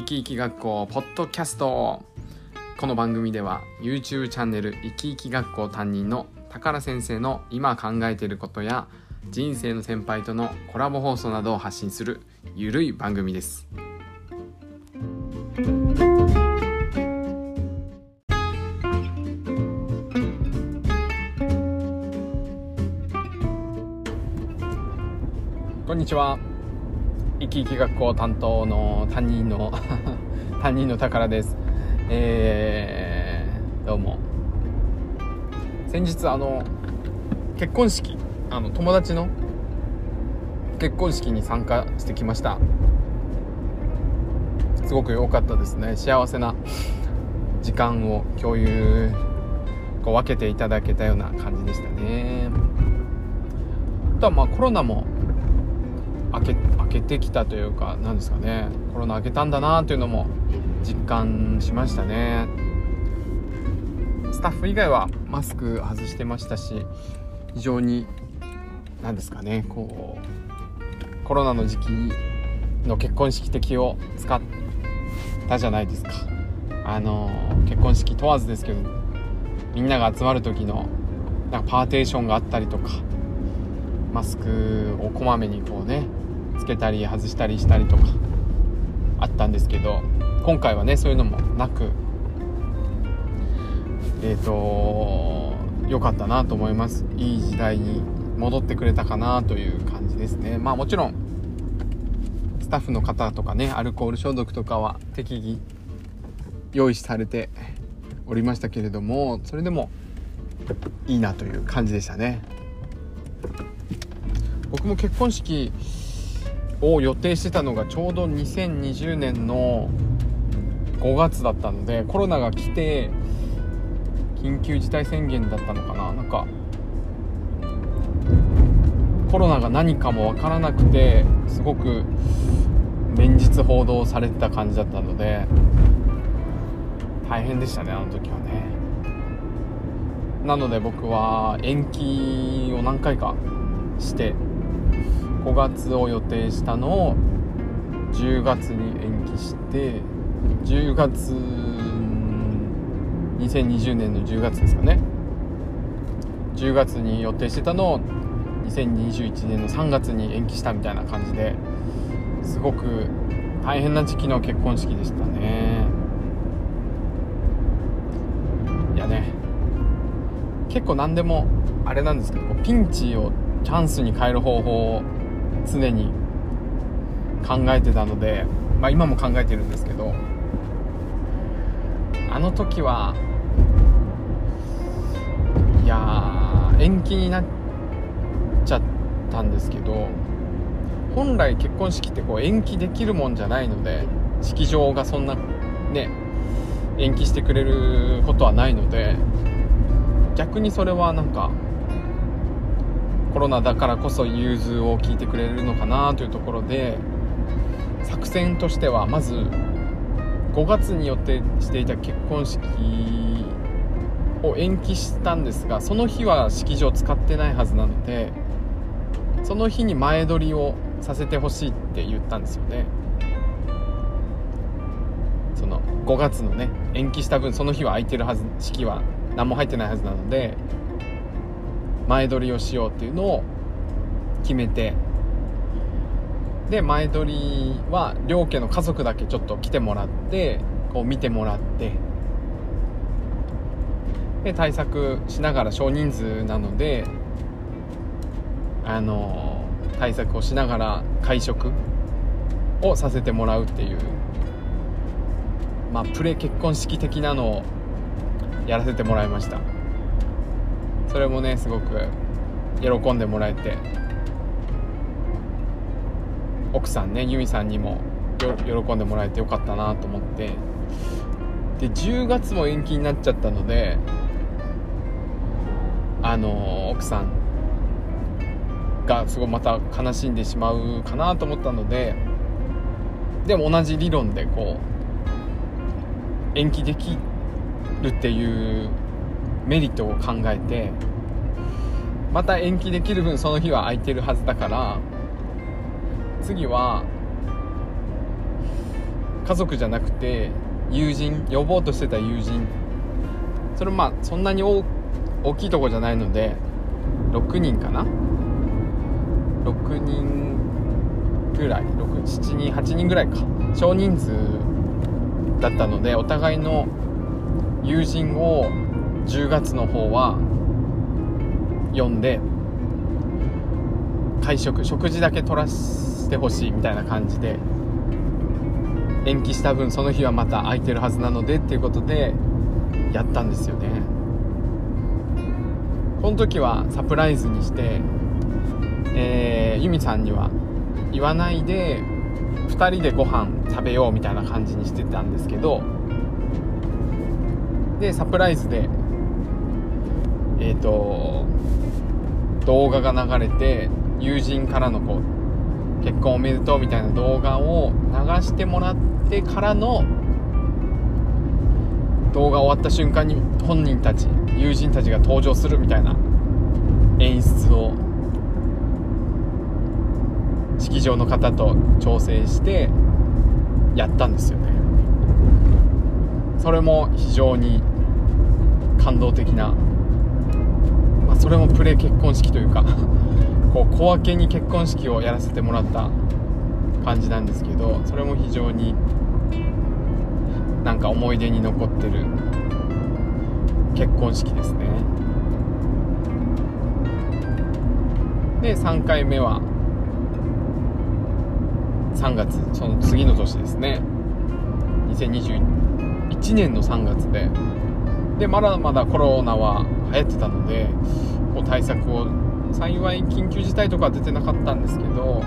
き生き学校ポッドキャスト。この番組では YouTube チャンネル生き生き学校担任の宝先生の今考えていることや人生の先輩とのコラボ放送などを発信するゆるい番組です。こんにちは。生き生き学校担当の担任の宝です。どうも。先日結婚式友達の結婚式に参加してきました。すごく良かったですね。幸せな時間を共有分けていただけたような感じでしたね。あとはコロナも明けてきたというか、なんですかね、コロナ明けたんだなというのも実感しましたね。スタッフ以外はマスク外してましたし、非常になんですかね、コロナの時期の結婚式的を使ったじゃないですか。結婚式問わずですけど、みんなが集まる時のパーテーションがあったりとか、マスクをこまめにつけたり外したりしたりとかあったんですけど、今回はねそういうのもなく良かったなと思います。いい時代に戻ってくれたかなという感じですね。もちろんスタッフの方とかね、アルコール消毒とかは適宜用意されておりましたけれども、それでもいいなという感じでしたね。僕も結婚式を予定してたのがちょうど2020年の5月だったので、コロナが来て緊急事態宣言だったのかな、コロナが何かも分からなくて、すごく連日報道されてた感じだったので大変でしたね、あの時はね。なので僕は延期を何回かして5月を予定したのを10月に延期して、10月2020年の10月ですかね、10月に予定してたのを2021年の3月に延期したみたいな感じで、すごく大変な時期の結婚式でしたね。いやね、結構何でもあれなんですけど、ピンチをチャンスに変える方法を常に考えてたので、今も考えてるんですけど、あの時はいや延期になっちゃったんですけど、本来結婚式って延期できるもんじゃないので、式場がそんなね延期してくれることはないので、逆にそれはコロナだからこそ融通を聞いてくれるのかなというところで、作戦としてはまず5月に予定していた結婚式を延期したんですが、その日は式場使ってないはずなので、その日に前撮りをさせてほしいって言ったんですよね。その5月のね延期した分、その日は空いてるはず、式は何も入ってないはずなので前撮りをしようっていうのを決めて、で前撮りは両家の家族だけちょっと来てもらって、見てもらって、で対策しながら、少人数なので対策をしながら会食をさせてもらうっていう、プレ結婚式的なのをやらせてもらいました。それもねすごく喜んでもらえて、奥さんね、由美さんにも喜んでもらえてよかったなと思って、で10月も延期になっちゃったので、奥さんがすごいまた悲しんでしまうかなと思ったので、でも同じ理論で延期できるっていうメリットを考えて、また延期できる分その日は空いてるはずだから、次は家族じゃなくて友人、呼ぼうとしてた友人、それそんなに大きいとこじゃないので6人かな、6人ぐらい、7人8人ぐらいか、少人数だったので、お互いの友人を10月の方は呼んで食事だけ取らせてほしいみたいな感じで、延期した分その日はまた空いてるはずなのでっていうことでやったんですよね。この時はサプライズにして、ユミさんには言わないで2人でご飯食べようみたいな感じにしてたんですけど、でサプライズで動画が流れて、友人からの結婚おめでとうみたいな動画を流してもらってからの、動画終わった瞬間に本人たち、友人たちが登場するみたいな演出を式場の方と調整してやったんですよね。それも非常に感動的な、それもプレ結婚式というか小分けに結婚式をやらせてもらった感じなんですけど、それも非常になんか思い出に残ってる結婚式ですね。で3回目は3月、その次の年ですね、2021年の3月でまだまだコロナは流行ってたので、対策を、幸い緊急事態とかは出てなかったんですけど、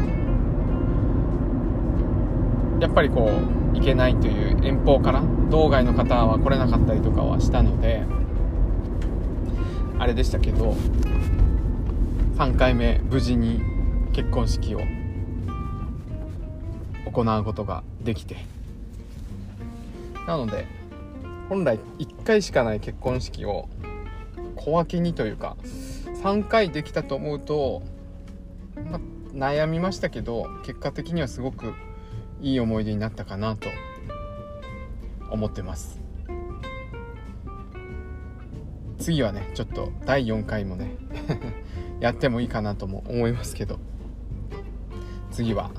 やっぱり行けないという遠方から道外の方は来れなかったりとかはしたのであれでしたけど、3回目無事に結婚式を行うことができて、なので本来1回しかない結婚式を小分けにというか3回できたと思うと、悩みましたけど、結果的にはすごくいい思い出になったかなと思ってます。次はねちょっと第4回もねやってもいいかなとも思いますけど、次は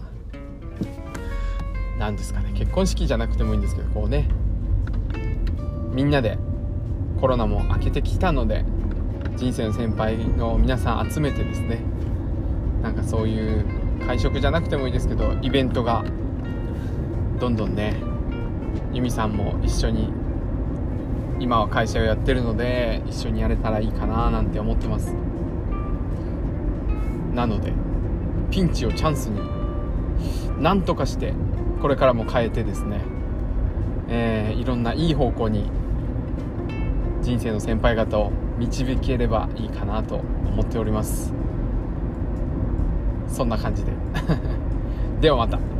何ですかね、結婚式じゃなくてもいいんですけど、みんなでコロナも明けてきたので、人生の先輩の皆さん集めてですね、なんかそういう会食じゃなくてもいいですけど、イベントがどんどんね、ユミさんも一緒に、今は会社をやってるので一緒にやれたらいいかななんて思ってます。なのでピンチをチャンスになんとかしてこれからも変えてですね、いろんないい方向に人生の先輩方を導ければいいかなと思っております。そんな感じでではまた。